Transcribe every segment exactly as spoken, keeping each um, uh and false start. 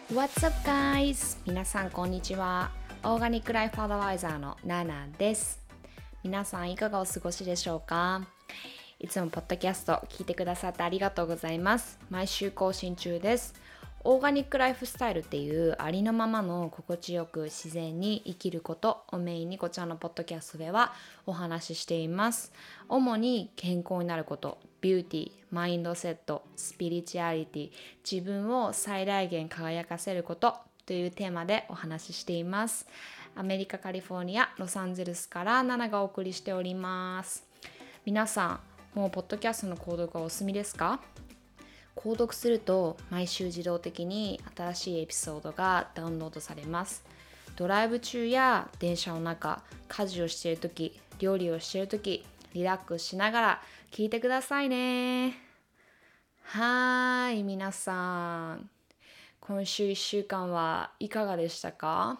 What's up guys? 皆さんこんにちは。オーガニックライフアドバイザーのナナです。皆さんいかがお過ごしでしょうか？いつもポッドキャスト聞いてくださってありがとうございます。毎週更新中です。オーガニックライフスタイルっていうありのままの心地よく自然に生きることをメインにこちらのポッドキャストではお話ししています。主に健康になること、ビューティー、マインドセット、スピリチュアリティ、自分を最大限輝かせることというテーマでお話ししています。アメリカ・カリフォルニア・ロサンゼルスからナナがお送りしております。皆さん、もうポッドキャストの購読はお済みですか？購読すると毎週自動的に新しいエピソードがダウンロードされます。ドライブ中や電車の中、家事をしているとき、料理をしているとき、リラックスしながら聞いてくださいね。はーい、皆さん。今週いっしゅうかんはいかがでしたか？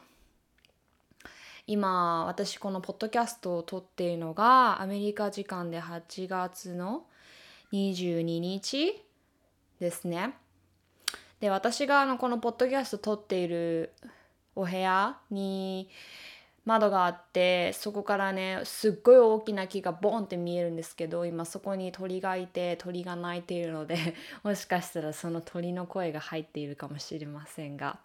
今、私このポッドキャストを撮っているのがアメリカ時間ではちがつのにじゅうににちですね。で、私があのこのポッドキャスト撮っているお部屋に窓があって、そこからねすっごい大きな木がボンって見えるんですけど、今そこに鳥がいて鳥が鳴いているのでもしかしたらその鳥の声が入っているかもしれませんが、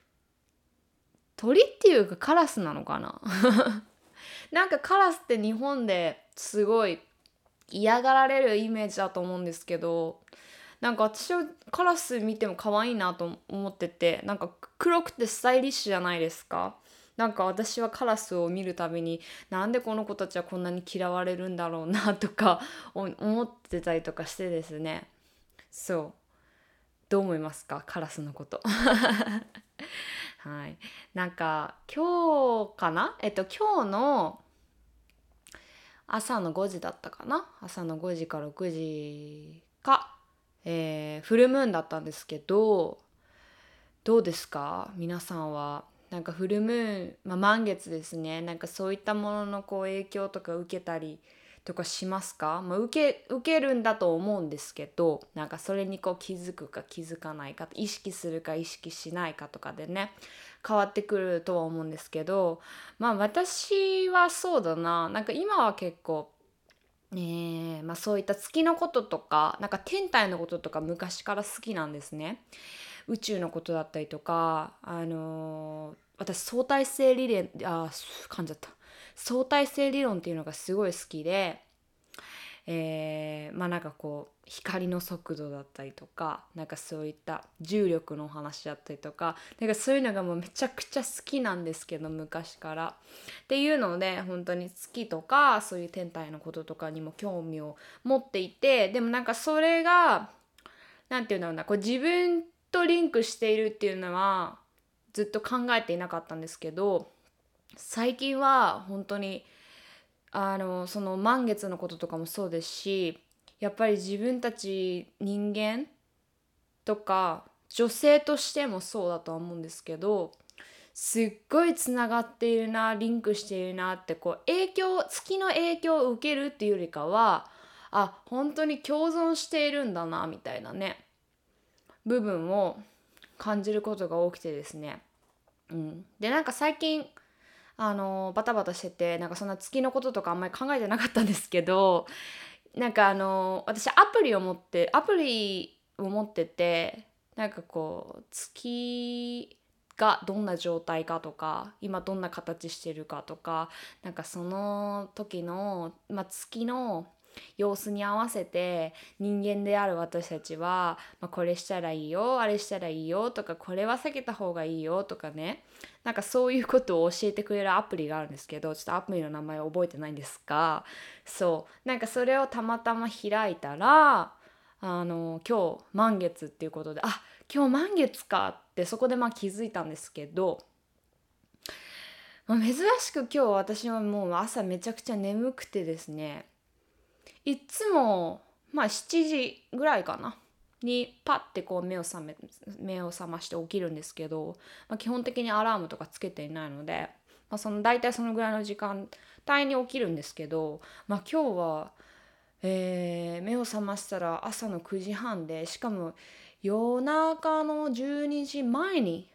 鳥っていうかカラスなのかななんかカラスって日本ですごい嫌がられるイメージだと思うんですけど、なんか私はカラス見ても可愛いなと思ってて、なんか黒くてスタイリッシュじゃないですか。なんか私はカラスを見るたびに、なんでこの子たちはこんなに嫌われるんだろうなとか思ってたりとかしてですね。そう、どう思いますか、カラスのことはい、なんか今日かなえっと今日の朝のごじだったかな、朝のごじかろくじか、えーフルムーンだったんですけど、どうですか皆さんは。なんかフルムーン、まあ、満月ですね、なんかそういったもののこう影響とか受けたりとかしますか？まあ、受け、受けるんだと思うんですけど、なんかそれにこう気づくか気づかないか、意識するか意識しないかとかでね変わってくるとは思うんですけど、まあ私はそうだな、なんか今は結構ねえ、まあそういった月のこととか、なんか天体のこととか昔から好きなんですね。宇宙のことだったりとか、あのー私相対性理論、あー、噛んじゃった。相対性理論っていうのがすごい好きで、えーまあなんかこう光の速度だったりとか、なんかそういった重力のお話だったりとか、なんかそういうのがもうめちゃくちゃ好きなんですけど、昔からっていうので、本当に月とかそういう天体のこととかにも興味を持っていて、でもなんかそれがなんていうんだろうな、こう自分とリンクしているっていうのはずっと考えていなかったんですけど、最近は本当にあのその満月のこととかもそうですし、やっぱり自分たち人間とか女性としてもそうだとは思うんですけど、すっごいつながっているな、リンクしているなって、こう影響、月の影響を受けるっていうよりかは、あ、本当に共存しているんだなみたいなね部分を感じることが多くてですね。うん、でなんか最近あのバタバタしてて、なんかそんな月のこととかあんまり考えてなかったんですけど、なんかあの私アプリを持ってアプリを持ってて、なんかこう月がどんな状態かとか、今どんな形してるかとか、なんかその時の、まあ、月の様子に合わせて人間である私たちは、まあ、これしたらいいよ、あれしたらいいよとか、これは避けた方がいいよとかね、なんかそういうことを教えてくれるアプリがあるんですけど、ちょっとアプリの名前を覚えてないんですが、そうなんかそれをたまたま開いたら、あの今日満月っていうことで、あ、今日満月かってそこでまあ気づいたんですけど、まあ、珍しく今日私はもう朝めちゃくちゃ眠くてですね、いつもまあしちじぐらいかなにパッてこう目を覚め目を覚まして起きるんですけど、まあ、基本的にアラームとかつけていないので、まあ、その大体そのぐらいの時間帯に起きるんですけど、まあ、今日は、えー目を覚ましたら朝のくじはんで、しかも夜中のじゅうにじまえに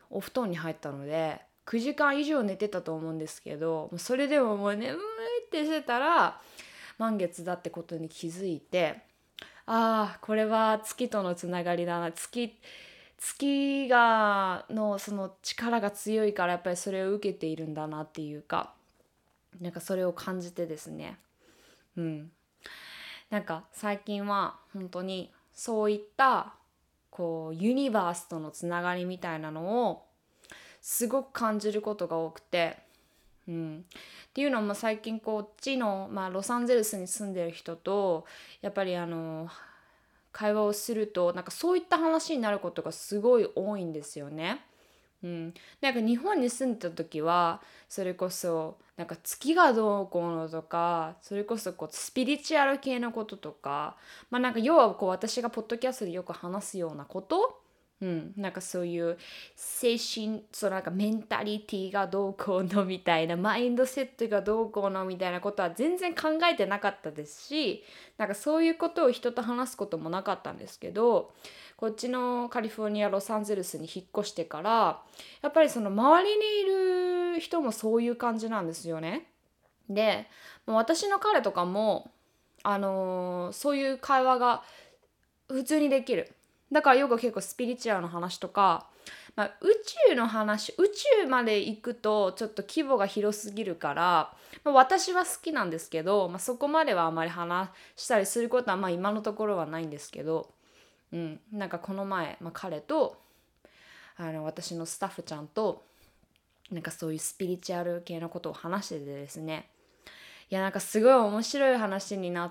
お布団に入ったのでくじかん以上寝てたと思うんですけど、それでももう眠いってしてたら満月だってことに気づいて、ああこれは月とのつながりだな、月月がのその力が強いからやっぱりそれを受けているんだなっていうか、なんかそれを感じてですね、うん、なんか最近は本当にそういったこうユニバースとのつながりみたいなのをすごく感じることが多くて、うん、っていうのも最近こっちの、まあ、ロサンゼルスに住んでる人とやっぱりあの会話をするとなんかそういった話になることがすごい多いんですよね。うん、なんか日本に住んでた時はそれこそなんか月がどうこうのとか、それこそこうスピリチュアル系のこととか、まあなんか要はこう私がポッドキャストでよく話すようなこと、うん、なんかそういう精神、そうなんかメンタリティがどうこうのみたいな、マインドセットがどうこうのみたいなことは全然考えてなかったですし、なんかそういうことを人と話すこともなかったんですけど、こっちのカリフォルニアロサンゼルスに引っ越してからやっぱりその周りにいる人もそういう感じなんですよね。でもう私の彼とかもあのーそういう会話が普通にできる。だからよく結構スピリチュアルの話とか、まあ、宇宙の話、宇宙まで行くとちょっと規模が広すぎるから、まあ、私は好きなんですけど、まあ、そこまではあまり話したりすることはまあ今のところはないんですけど、うん、なんかこの前、まあ、彼とあの私のスタッフちゃんとなんかそういうスピリチュアル系のことを話しててですね、いやなんかすごい面白い話になって、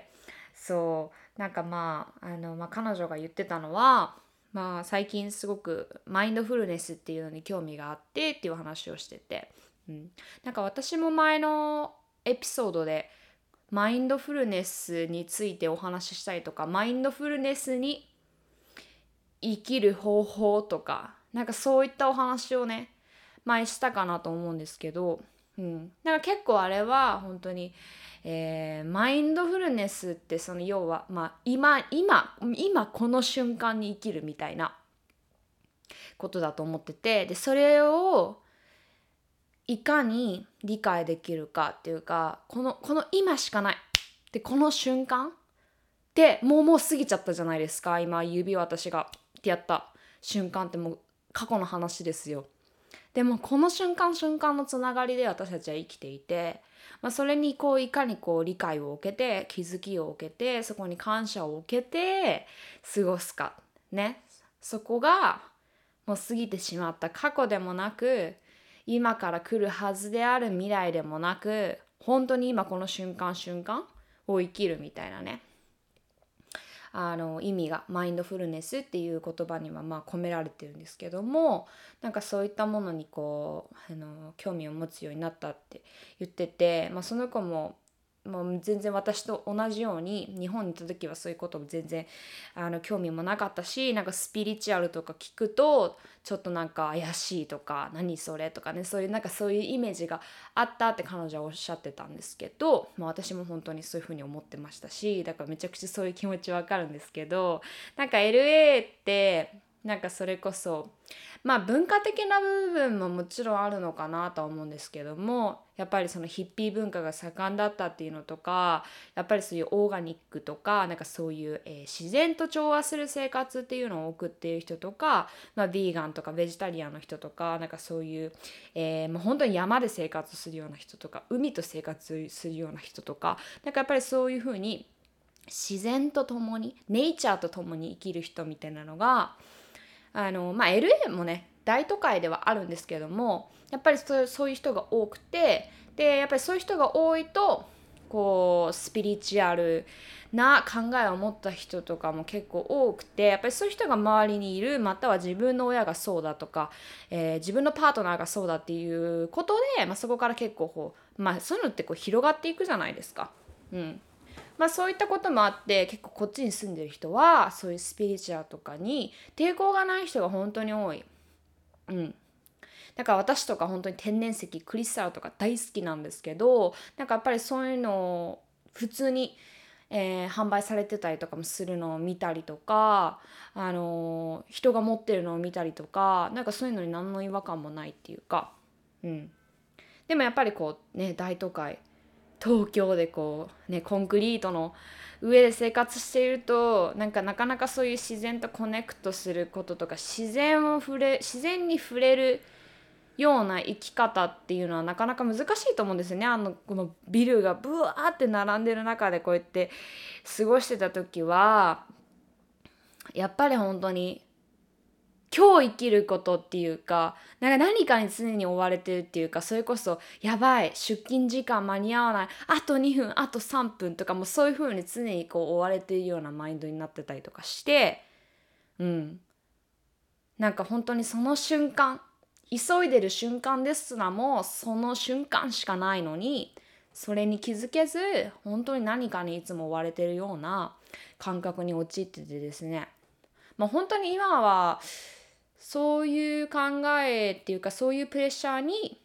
そうなんかまああの、まあ、彼女が言ってたのは、まあ、最近すごくマインドフルネスっていうのに興味があってっていう話をしてて、うん、なんか私も前のエピソードでマインドフルネスについてお話ししたりとか、マインドフルネスに生きる方法とか、なんかそういったお話をね前したかなと思うんですけど、うん、なんか結構あれは本当に、えーマインドフルネスってその要は、まあ、今今今この瞬間に生きるみたいなことだと思ってて、でそれをいかに理解できるかっていうか、このこの今しかないで、この瞬間でもうもう過ぎちゃったじゃないですか。今指を私がってやった瞬間ってもう過去の話ですよ。でもこの瞬間瞬間のつながりで私たちは生きていて、まあ、それにこういかにこう理解を受けて気づきを受けてそこに感謝を受けて過ごすかね、そこがもう過ぎてしまった過去でもなく、今から来るはずである未来でもなく、本当に今この瞬間瞬間を生きるみたいなね、あの意味がマインドフルネスっていう言葉にはまあ込められてるんですけども、なんかそういったものにこうあの興味を持つようになったって言ってて、まあ、その子ももう全然私と同じように日本にいた時はそういうことも全然あの興味もなかったし、なんかスピリチュアルとか聞くとちょっとなんか怪しいとか何それとかね、そういうなんかそういうイメージがあったって彼女はおっしゃってたんですけど、まあ、私も本当にそういうふうに思ってましたし、だからめちゃくちゃそういう気持ちわかるんですけど、なんか エルエー ってなんかそれこそまあ文化的な部分ももちろんあるのかなとは思うんですけども、やっぱりそのヒッピー文化が盛んだったっていうのとか、やっぱりそういうオーガニックとかなんかそういう、えー自然と調和する生活っていうのを送っている人とか、まあ、ビーガンとかベジタリアンの人とか、なんかそういう、えーまあ、本当に山で生活するような人とか海と生活するような人とか、なんかやっぱりそういうふうに自然と共にネイチャーと共に生きる人みたいなのがあの、まあ、エルエー もね大都会ではあるんですけども、やっぱりそうそういう人が多くて、でやっぱりそういう人が多いとこうスピリチュアルな考えを持った人とかも結構多くて、やっぱりそういう人が周りにいる、または自分の親がそうだとか、えー自分のパートナーがそうだっていうことで、まあ、そこから結構こう、まあ、そういうのってこう広がっていくじゃないですか。うんまあ、そういったこともあって結構こっちに住んでる人はそういうスピリチュアルとかに抵抗がない人が本当に多い。うん、だから私とか本当に天然石クリスタルとか大好きなんですけど、なんかやっぱりそういうのを普通にえー販売されてたりとかもするのを見たりとか、あのー人が持ってるのを見たりとか、なんかそういうのに何の違和感もないっていうか、うん、でもやっぱりこうね、大都会東京でこうね、コンクリートの上で生活していると、なんかなかなかそういう自然とコネクトすることとか、自然を触れ自然に触れるような生き方っていうのはなかなか難しいと思うんですよね。あのこのビルがブワーって並んでる中でこうやって過ごしてた時は、やっぱり本当に今日生きることっていうか、なんか何かに常に追われてるっていうか、それこそやばい出勤時間間に合わない、あとにふんあとさんぷんとか、もうそういう風に常にこう追われてるようなマインドになってたりとかして、うん、なんか本当にその瞬間、急いでる瞬間ですらもその瞬間しかないのに、それに気づけず本当に何かにいつも追われてるような感覚に陥っててですね、まあ本当に今はそういう考えっていうか、そういうプレッシャーに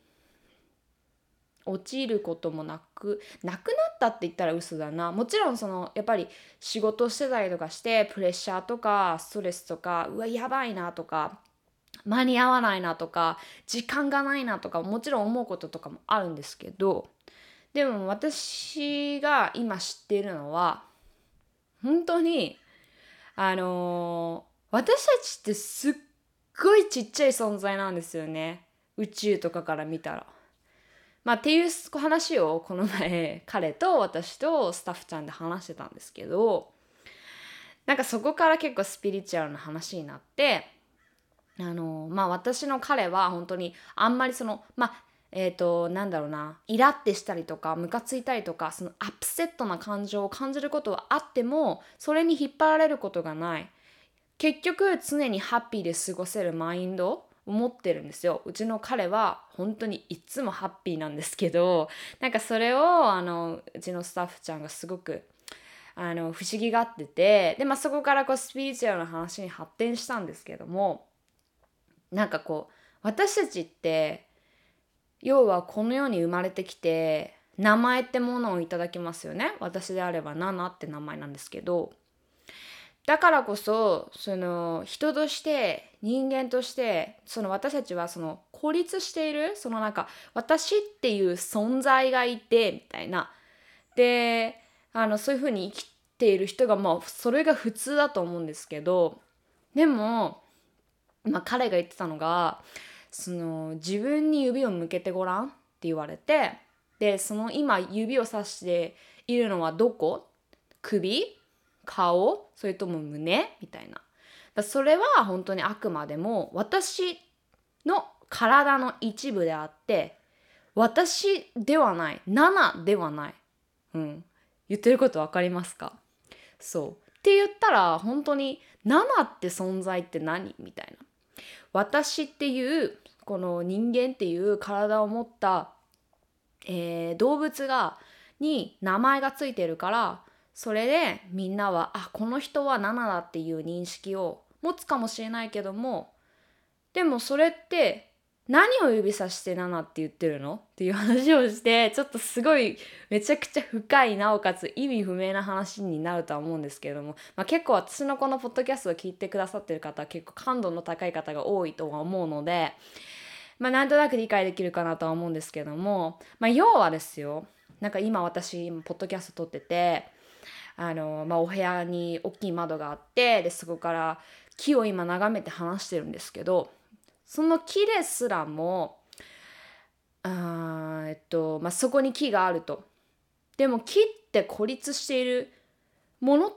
陥ることもなくなくなったって言ったら嘘だな。もちろんそのやっぱり仕事してたりとかして、プレッシャーとかストレスとか、うわやばいなとか、間に合わないなとか、時間がないなとか、もちろん思うこととかもあるんですけど、でも私が今知っているのは、本当にあのー私たちってすっごいちっちゃい存在なんですよね、宇宙とかから見たら。まあっていう話をこの前彼と私とスタッフちゃんで話してたんですけど、なんかそこから結構スピリチュアルな話になって、あのまあ私の彼は本当にあんまりそのまあえっ、となんだろうな、イラってしたりとかムカついたりとか、そのアップセットな感情を感じることはあっても、それに引っ張られることがない。結局常にハッピーで過ごせるマインドを持ってるんですよ。うちの彼は本当にいつもハッピーなんですけど、なんかそれをあのうちのスタッフちゃんがすごくあの不思議がってて、で、まあ、そこからこうスピリチュアルな話に発展したんですけども、なんかこう私たちって要はこの世に生まれてきて名前ってものをいただきますよね。私であればナナって名前なんですけど、だからこそその人として人間としてその私たちはその孤立している、そのなんか私っていう存在がいてみたいな、であのそういう風に生きている人がまあそれが普通だと思うんですけど、でも、まあ、彼が言ってたのが、その自分に指を向けてごらんって言われて、でその今指を指しているのはどこ？首？顔？それとも胸？みたいな。だそれは本当にあくまでも私の体の一部であって、私ではない、ナナではない。うん。言ってることわかりますか？そう。って言ったら本当にナナって存在って何？みたいな。私っていうこの人間っていう体を持った、えー動物がに名前がついてるから、それでみんなはあこの人はナナだっていう認識を持つかもしれないけども、でもそれって何を指さしてナナって言ってるのっていう話をして、ちょっとすごいめちゃくちゃ深い、なおかつ意味不明な話になるとは思うんですけれども、まあ、結構私のこのポッドキャストを聞いてくださってる方は結構感度の高い方が多いとは思うので、まあなんとなく理解できるかなとは思うんですけども、まあ要はですよ、なんか今私今ポッドキャスト撮ってて、あのまあお部屋に大きい窓があって、でそこから木を今眺めて話してるんですけど、その木ですらもあーえっとまあそこに木があると。でも木って孤立しているものって、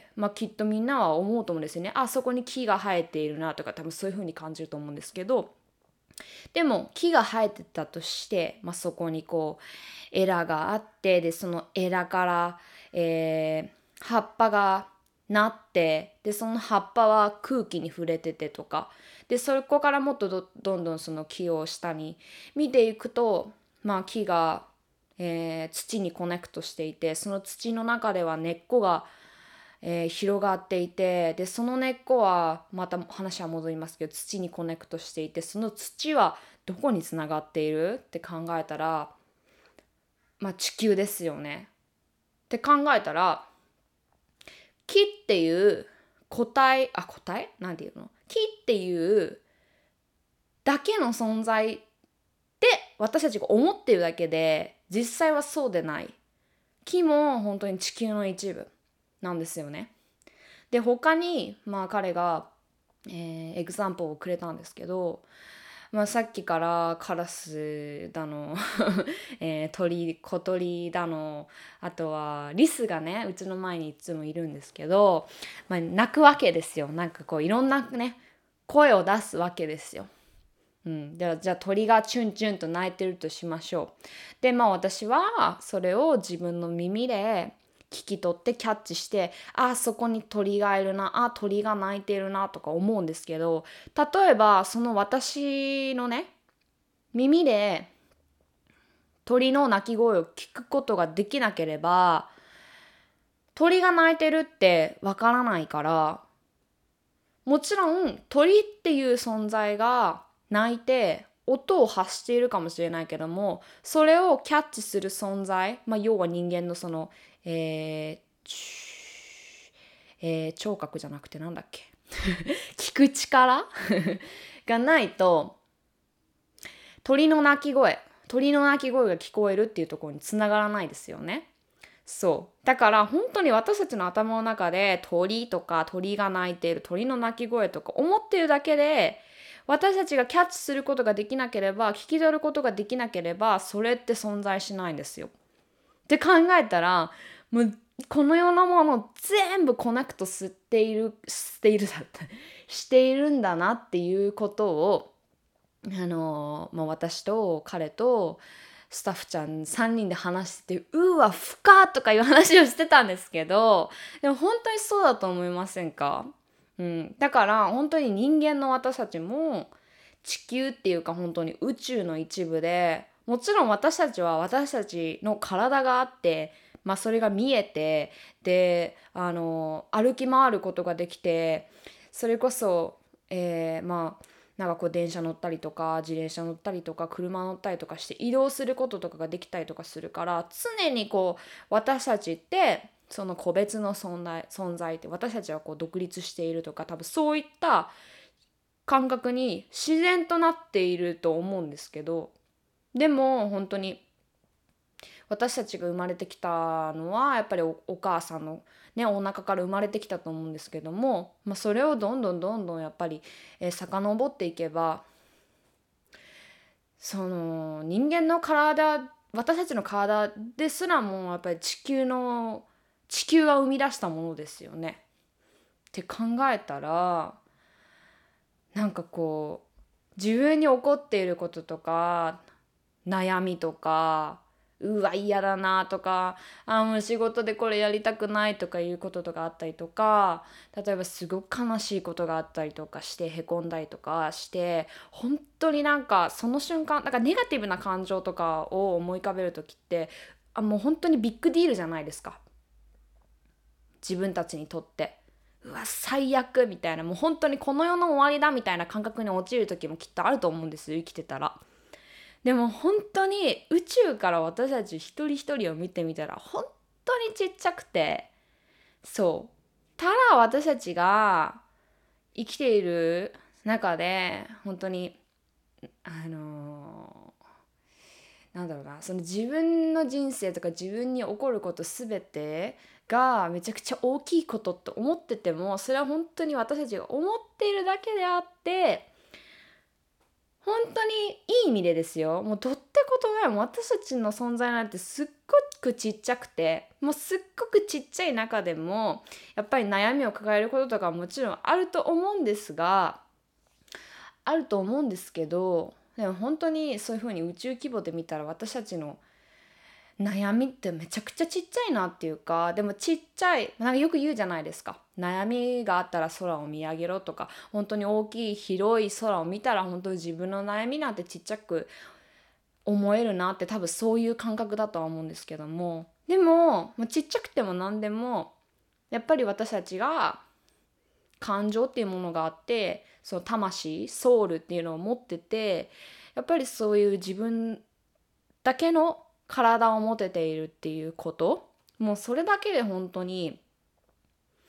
まあ、きっとみんなは思うと思うんですよね。あそこに木が生えているなとか、多分そういう風に感じると思うんですけど、でも木が生えてたとして、まあ、そこにこうエラがあって、でそのエラから、えー葉っぱがなって、でその葉っぱは空気に触れててとかで、そこからもっと ど, どんどんその木を下に見ていくと、まあ木が、えー土にコネクトしていて、その土の中では根っこがえー広がっていて、でその根っこはまた話は戻りますけど土にコネクトしていて、その土はどこにつながっているって考えたら、まあ地球ですよねって考えたら、 木っていう個体あ個体なんていうの木っていうだけの存在って私たちが思ってるだけで実際はそうでない。木も本当に地球の一部なんですよね。で他にまあ彼が、えー、エグザンポをくれたんですけど、まあ、さっきからカラスだの、えー、鳥小鳥だの、あとはリスがねうちの前にいつもいるんですけど、まあ、鳴くわけですよ。なんかこういろんなね声を出すわけですよ。うん、じゃあ、じゃあ鳥がチュンチュンと鳴いてるとしましょう。でまあ私はそれを自分の耳で聞き取ってキャッチして、あそこに鳥がいるな、あ鳥が鳴いてるなとか思うんですけど、例えばその私のね耳で鳥の鳴き声を聞くことができなければ鳥が鳴いてるってわからないから、もちろん鳥っていう存在が鳴いて音を発しているかもしれないけども、それをキャッチする存在、まあ、要は人間のその、えーえー聴覚じゃなくてなんだっけ聞く力がないと鳥の鳴き声鳥の鳴き声が聞こえるっていうところにつながらないですよね。そうだから本当に私たちの頭の中で鳥とか鳥が鳴いている鳥の鳴き声とか思っているだけで、私たちがキャッチすることができなければ聞き取ることができなければそれって存在しないんですよ。って考えたら、もうこの世のもの全部コネクトしているしているだったしているんだなっていうことを、あのまあ、私と彼とスタッフちゃんさんにんで話してて、うわ深っとかいう話をしてたんですけど、でも本当にそうだと思いませんか？うん、だから本当に人間の私たちも地球っていうか本当に宇宙の一部で、もちろん私たちは私たちの体があって、まあ、それが見えて、であの歩き回ることができて、それこそ、えー、まあなんかこう電車乗ったりとか自転車乗ったりとか車乗ったりとかして移動することとかができたりとかするから、常にこう私たちってその個別の存在存在って私たちはこう独立しているとか、多分そういった感覚に自然となっていると思うんですけど、でも本当に私たちが生まれてきたのはやっぱり お, お母さんのねお腹から生まれてきたと思うんですけども、まあ、それをどんどんどんどんやっぱり、えー、遡っていけば、その人間の体私たちの体ですらもやっぱり地球の地球が生み出したものですよねって考えたら、なんかこう自分に起こっていることとか悩みとか、うわ嫌だなとか、あもう仕事でこれやりたくないとかいうこととかあったりとか、例えばすごく悲しいことがあったりとかしてへこんだりとかして、本当になんかその瞬間なんかネガティブな感情とかを思い浮かべる時って、あもう本当にビッグディールじゃないですか、自分たちにとって。うわ最悪みたいな、もう本当にこの世の終わりだみたいな感覚に陥る時もきっとあると思うんですよ、生きてたら。でも本当に宇宙から私たち一人一人を見てみたら本当にちっちゃくて、そうただ私たちが生きている中で本当にあのーなんだろうな、その自分の人生とか自分に起こること全てがめちゃくちゃ大きいことって思ってても、それは本当に私たちが思っているだけであって、本当にいい意味でですよ、もうどってことない、もう私たちの存在なんてすっごくちっちゃくて、もうすっごくちっちゃい中でもやっぱり悩みを抱えることとかはもちろんあると思うんですがあると思うんですけど、でも本当にそういう風に宇宙規模で見たら私たちの悩みってめちゃくちゃちっちゃいなっていうか、でもちっちゃい、なんかよく言うじゃないですか、悩みがあったら空を見上げろとか、本当に大きい広い空を見たら本当に自分の悩みなんてちっちゃく思えるなって、多分そういう感覚だとは思うんですけども、でもちっちゃくても何でもやっぱり私たちが感情っていうものがあって、その魂ソウルっていうのを持ってて、やっぱりそういう自分だけの体を持てているっていうこと、もうそれだけで本当に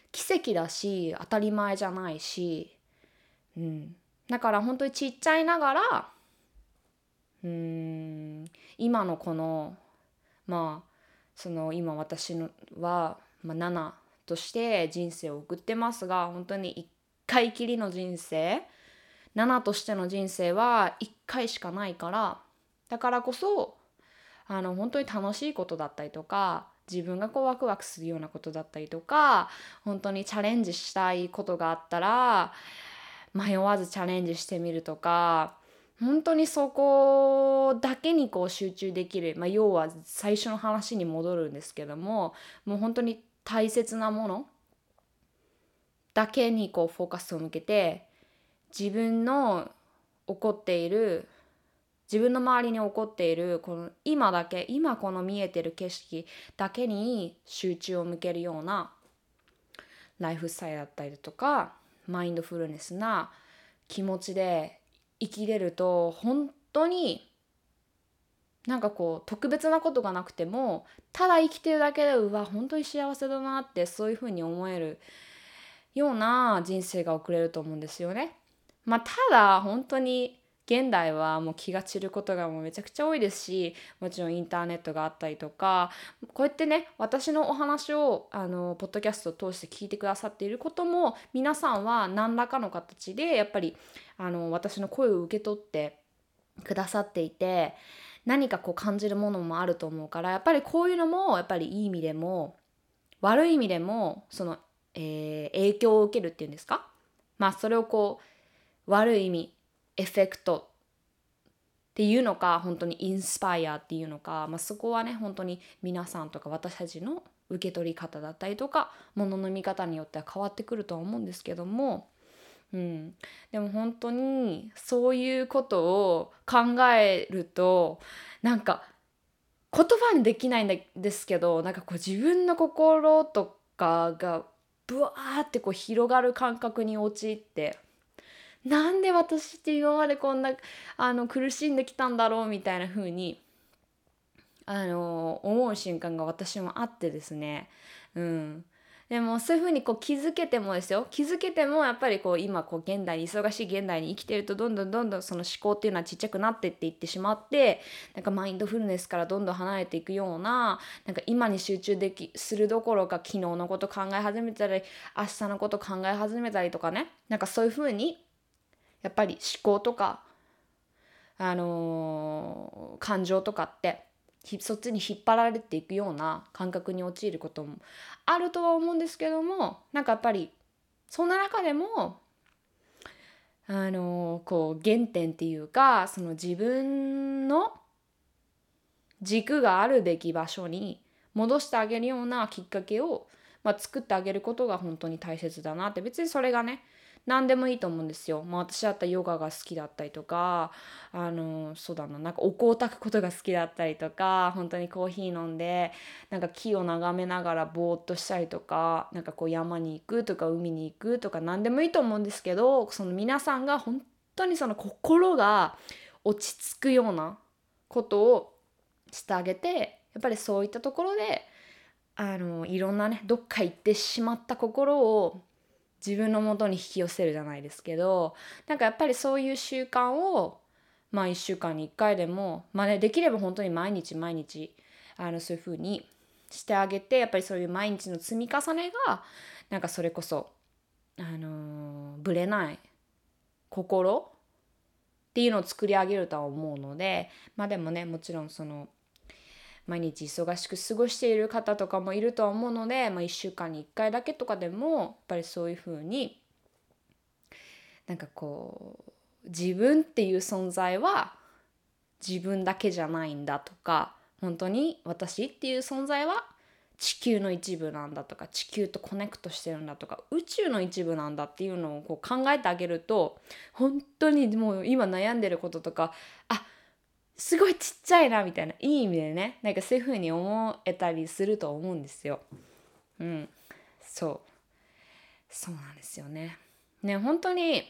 奇跡だし当たり前じゃないし、うん、だから本当にちっちゃいながらうーん今のこのまあその今私のは、まあ、ななとして人生を送ってますが、本当に一回きりの人生、ななとしての人生は一回しかないから、だからこそあの本当に楽しいことだったりとか、自分がこうワクワクするようなことだったりとか、本当にチャレンジしたいことがあったら迷わずチャレンジしてみるとか、本当にそこだけにこう集中できる、まあ、要は最初の話に戻るんですけども、もう本当に大切なものだけにこうフォーカスを向けて、自分の起こっている自分の周りに起こっているこの今だけ、今この見えてる景色だけに集中を向けるようなライフスタイルだったりとか、マインドフルネスな気持ちで生きれると、本当になんかこう特別なことがなくても、ただ生きてるだけでうわ本当に幸せだなって、そういうふうに思えるような人生が送れると思うんですよね。まあただ本当に現代はもう気が散ることがもうめちゃくちゃ多いですし、もちろんインターネットがあったりとか、こうやってね私のお話をあのポッドキャストを通して聞いてくださっていることも、皆さんは何らかの形でやっぱりあの私の声を受け取ってくださっていて、何かこう感じるものもあると思うから、やっぱりこういうのもやっぱりいい意味でも悪い意味でもその、えー影響を受けるっていうんですか、まあそれをこう悪い意味エフェクトっていうのか、本当にインスパイアっていうのか、まあ、そこはね本当に皆さんとか私たちの受け取り方だったりとか、ものの見方によっては変わってくるとは思うんですけども、うん、でも本当にそういうことを考えると、なんか言葉にできないんですけど、なんかこう自分の心とかがブワーってこう広がる感覚に陥って、なんで私って今までこんなあの苦しんできたんだろうみたいな風にあの思う瞬間が私もあってですね、うん、でもそういう風にこう気づけてもですよ、気づけてもやっぱりこう今こう現代に忙しい現代に生きてると、どんどんどんどんその思考っていうのはちっちゃくなってっていってしまって、なんかマインドフルネスからどんどん離れていくような、なんか今に集中できするどころか昨日のこと考え始めたり明日のこと考え始めたりとかね、なんかそういう風にやっぱり思考とか、あのー感情とかってそっちに引っ張られていくような感覚に陥ることもあるとは思うんですけども、なんかやっぱりそんな中でも、あのーこう原点っていうか、その自分の軸があるべき場所に戻してあげるようなきっかけを、まあ、作ってあげることが本当に大切だなって。別にそれがね何でもいいと思うんですよ。まあ、私だったらヨガが好きだったりとか、あのそうだな、なんかお香を焚くことが好きだったりとか、本当にコーヒー飲んでなんか木を眺めながらぼーっとしたりとか、なんかこう山に行くとか海に行くとか何でもいいと思うんですけど、その皆さんが本当にその心が落ち着くようなことをしてあげて、やっぱりそういったところであのいろんなねどっか行ってしまった心を自分の元に引き寄せるじゃないですけど、なんかやっぱりそういう習慣をまあいっしゅうかんにいっかいでも、まあね、できれば本当に毎日毎日あのそういう風にしてあげて、やっぱりそういう毎日の積み重ねがなんかそれこそあのぶれない心っていうのを作り上げるとは思うので、まあでもねもちろんその毎日忙しく過ごしている方とかもいるとは思うので、まあ、いっしゅうかんにいっかいだけとかでもやっぱりそういう風になんかこう自分っていう存在は自分だけじゃないんだとか、本当に私っていう存在は地球の一部なんだとか、地球とコネクトしてるんだとか、宇宙の一部なんだっていうのをこう考えてあげると、本当にもう今悩んでることとか、あすごいちっちゃいなみたいな、いい意味でね、なんかそういう風に思えたりすると思うんですよ。うん、そうそうなんですよね。ね本当に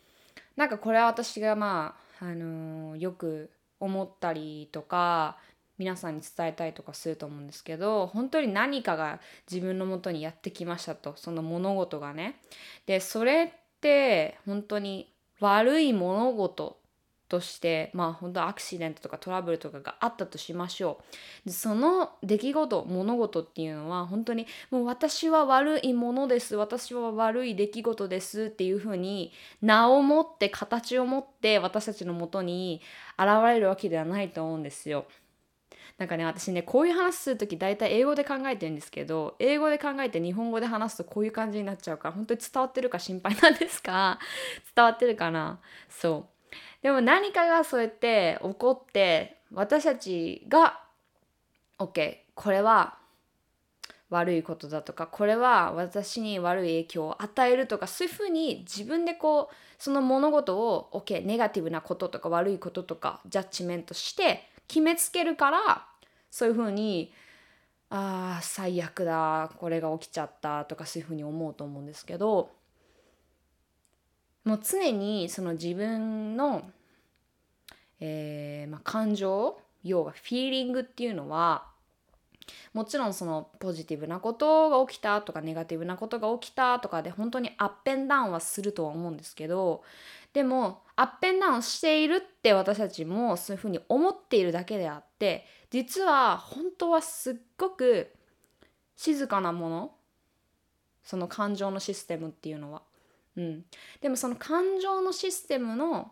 なんかこれは私がまああのーよく思ったりとか、 皆さんに伝えたりとかすると思うんですけど、本当に何かが自分のもとにやってきましたと、その物事がね。でそれって本当に悪い物事として、まあ本当アクシデントとかトラブルとかがあったとしましょう。でその出来事物事っていうのは本当にもう私は悪いものです、私は悪い出来事ですっていうふうに名を持って形を持って私たちのもとに現れるわけではないと思うんですよ。なんかね、私ね、こういう話するとき大体英語で考えてるんですけど、英語で考えて日本語で話すとこういう感じになっちゃうから、本当に伝わってるか心配なんですか？伝わってるかな？そう。でも何かがそうやって起こって、私たちが、OK、これは悪いことだとか、これは私に悪い影響を与えるとか、そういうふうに自分でこう、その物事を OK、ネガティブなこととか悪いこととかジャッジメントして決めつけるから、そういうふうに、ああ、最悪だ、これが起きちゃったとかそういうふうに思うと思うんですけど、もう常にその自分の、えーまあ、感情、要はフィーリングっていうのは、もちろんそのポジティブなことが起きたとかネガティブなことが起きたとかで本当にアップンダウンはするとは思うんですけど、でもアップンダウンしているって私たちもそういうふうに思っているだけであって、実は本当はすっごく静かなもの、その感情のシステムっていうのは、うん、でもその感情のシステムの、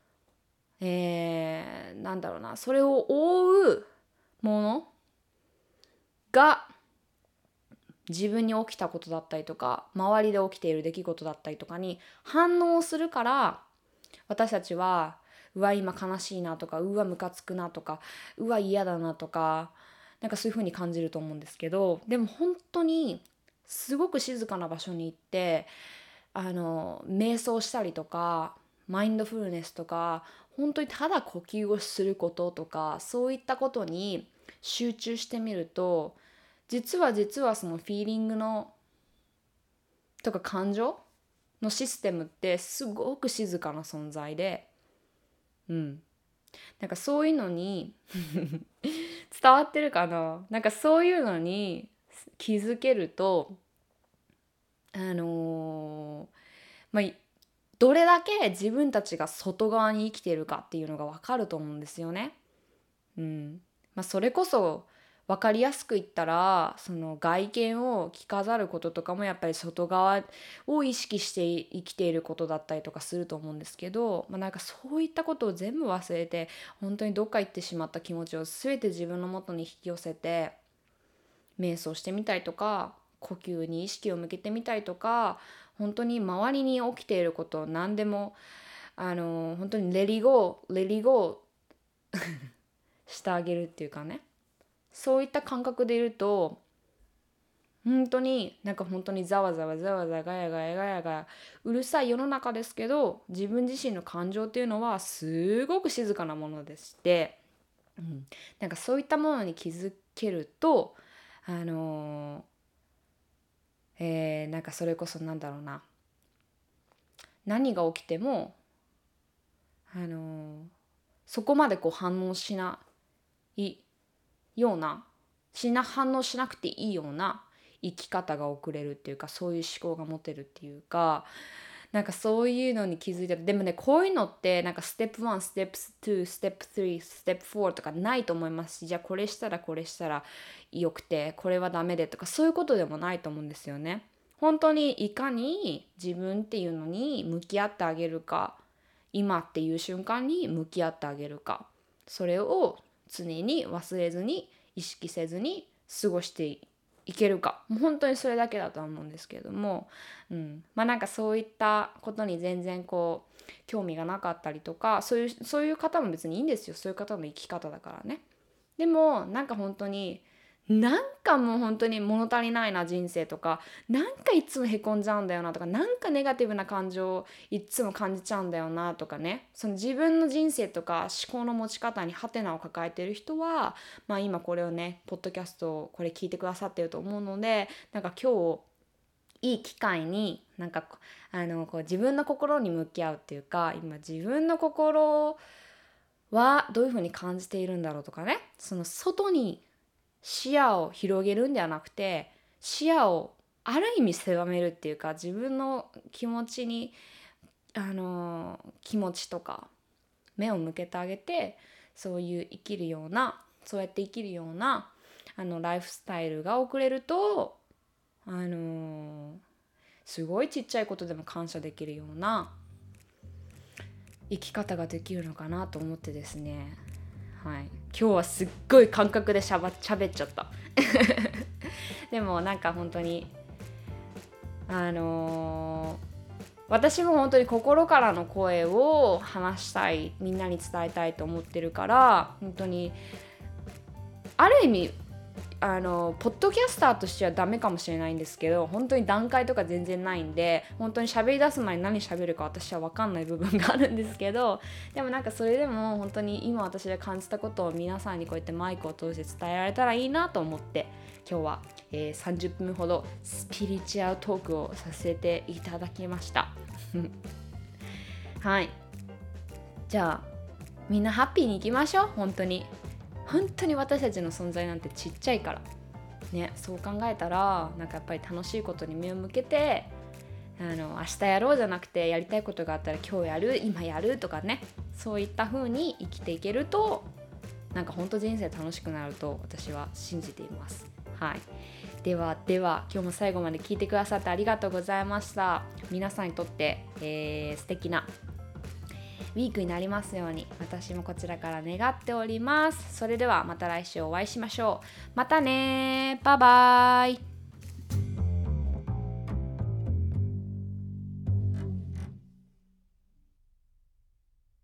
えー、なんだろうな、それを覆うものが自分に起きたことだったりとか周りで起きている出来事だったりとかに反応するから、私たちはうわ今悲しいなとか、うわムカつくなとか、うわ嫌だなとか、なんかそういう風に感じると思うんですけど、でも本当にすごく静かな場所に行ってあの瞑想したりとかマインドフルネスとか、本当にただ呼吸をすることとか、そういったことに集中してみると、実は実はそのフィーリングのとか感情のシステムってすごく静かな存在で、うんなんかそういうのに伝わってるかな、なんかそういうのに気づけると、あのーまあどれだけ自分たちが外側に生きているかっていうのが分かると思うんですよね。うんまあ、それこそ分かりやすく言ったら、その外見を着飾ることとかもやっぱり外側を意識して生きていることだったりとかすると思うんですけど、まあ、なんかそういったことを全部忘れて、本当にどっか行ってしまった気持ちを全て自分の元に引き寄せて瞑想してみたりとか、呼吸に意識を向けてみたりとか、本当に周りに起きていることを何でもあの本当にレリゴーレリゴーしてあげるっていうかね、そういった感覚でいると、本当になんか本当にざわざわざわざわガヤガヤガヤガヤうるさい世の中ですけど、自分自身の感情っていうのはすごく静かなものでして、うん、なんかそういったものに気づけると、あのーえーなんかそれこそなんだろうな、何が起きても、あのーそこまでこう反応しないような、しな反応しなくていいような生き方が送れるっていうか、そういう思考が持てるっていうか、なんかそういうのに気づいたら、でもね、こういうのってなんかステップワン、ステップツー、ステップスリー、ステップフォーとかないと思いますし、じゃあこれしたらこれしたらよくてこれはダメでとか、そういうことでもないと思うんですよね。本当にいかに自分っていうのに向き合ってあげるか、今っていう瞬間に向き合ってあげるか、それを常に忘れずに意識せずに過ごしていけるか、もう本当にそれだけだとは思うんですけれども、うん、まあなんかそういったことに全然こう興味がなかったりとか、そういうそういう方も別にいいんですよ、そういう方の生き方だからね。でもなんか本当になんかもう本当に物足りないな人生とか、なんかいつもへこんじゃうんだよなとか、なんかネガティブな感情をいつも感じちゃうんだよなとかね、その自分の人生とか思考の持ち方にハテナを抱えている人は、まあ今これをねポッドキャストをこれ聞いてくださってると思うので、なんか今日いい機会になんかあのこう自分の心に向き合うっていうか、今自分の心はどういうふうに感じているんだろうとかね、その外に視野を広げるんではなくて、視野をある意味狭めるっていうか、自分の気持ちにあの気持ちとか目を向けてあげて、そういう生きるようなそうやって生きるようなあのライフスタイルが送れると、あのすごいちっちゃいことでも感謝できるような生き方ができるのかなと思ってですね、はい、今日はすっごい感覚でしゃばしゃべっちゃったでもなんか本当にあのー私も本当に心からの声を話したい、みんなに伝えたいと思ってるから、本当にある意味あのポッドキャスターとしてはダメかもしれないんですけど、本当に段階とか全然ないんで、本当に喋り出す前に何喋るか私は分かんない部分があるんですけど、でもなんかそれでも本当に今私が感じたことを皆さんにこうやってマイクを通して伝えられたらいいなと思って、今日は、えー、さんじゅっぷんほどスピリチュアルトークをさせていただきましたはい、じゃあみんなハッピーにいきましょう。本当に本当に私たちの存在なんてちっちゃいからね、そう考えたらなんかやっぱり楽しいことに目を向けて、あの明日やろうじゃなくて、やりたいことがあったら今日やる、今やるとかね、そういった風に生きていけると、なんか本当人生楽しくなると私は信じています。はい、ではでは今日も最後まで聞いてくださってありがとうございました。皆さんにとって、えー、素敵なウィークになりますように私もこちらから願っております。それではまた来週お会いしましょう。またね、バイバイ。